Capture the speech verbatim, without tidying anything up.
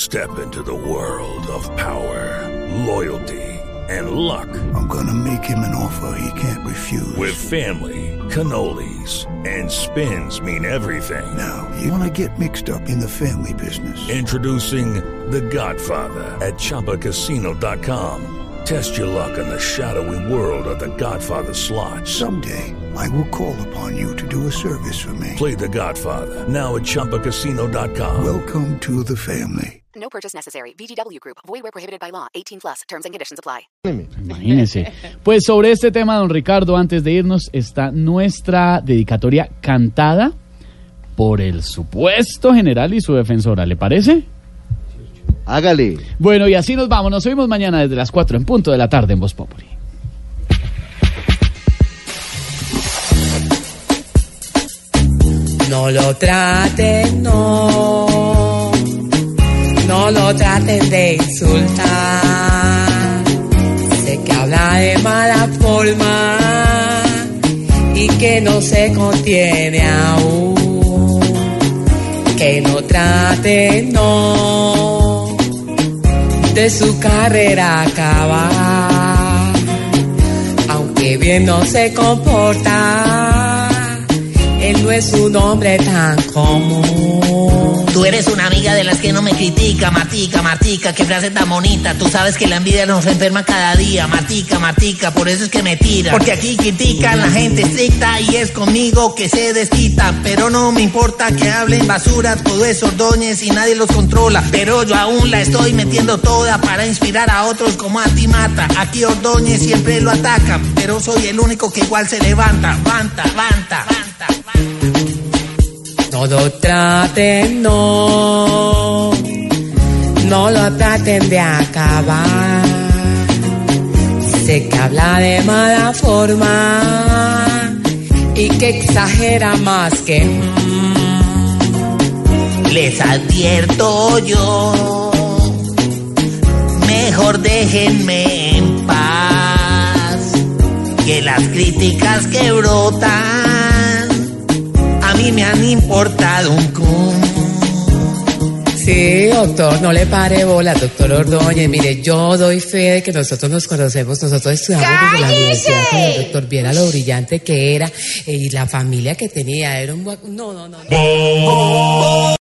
Step into the world of power, loyalty, and luck. I'm gonna make him an offer he can't refuse. With family, cannolis, and spins mean everything. Now, you wanna get mixed up in the family business. Introducing The Godfather at Chumba Casino dot com. Test your luck in the shadowy world of The Godfather slot. Someday, I will call upon you to do a service for me. Play The Godfather, now at Chumba Casino dot com. Welcome to the family. No purchase necessary. V G W Group. Void where prohibited by law. eighteen plus. Terms and conditions apply. Imagínense. Pues sobre este tema, don Ricardo, antes de irnos, está nuestra dedicatoria cantada por el supuesto general y su defensora. ¿Le parece? Hágale. Bueno, y así nos vamos. Nos vemos mañana desde las cuatro en punto de la tarde en Voz Populi. No lo traten, no. No lo traten de insultar. Sé que habla de mala forma y que no se contiene aún. Que no traten, no, de su carrera acabar. Aunque bien no se comporta, él no es un hombre tan común. Tú eres una amiga de las que no me critica, Martica, Martica, qué frase tan bonita. Tú sabes que la envidia nos enferma cada día, Martica, Martica, por eso es que me tira. Porque aquí critican la gente estricta y es conmigo que se desquita. Pero no me importa que hablen basura, todo es Ordóñez y nadie los controla. Pero yo aún la estoy metiendo toda para inspirar a otros como a ti mata. Aquí Ordóñez siempre lo ataca, pero soy el único que igual se levanta. Vanta, vanta, vanta, vanta. No lo traten, no, no lo traten de acabar. Sé que habla de mala forma y que exagera más que... Mm. Les advierto yo, mejor déjenme en paz, que las críticas que brotan a mí me han importado un cum. Sí, doctor, no le pare bola, doctor Ordóñez. Mire, yo doy fe de que nosotros nos conocemos, nosotros estudiamos desde la universidad con el doctor, viera lo brillante que era y la familia que tenía. Era un... No, no, no. no.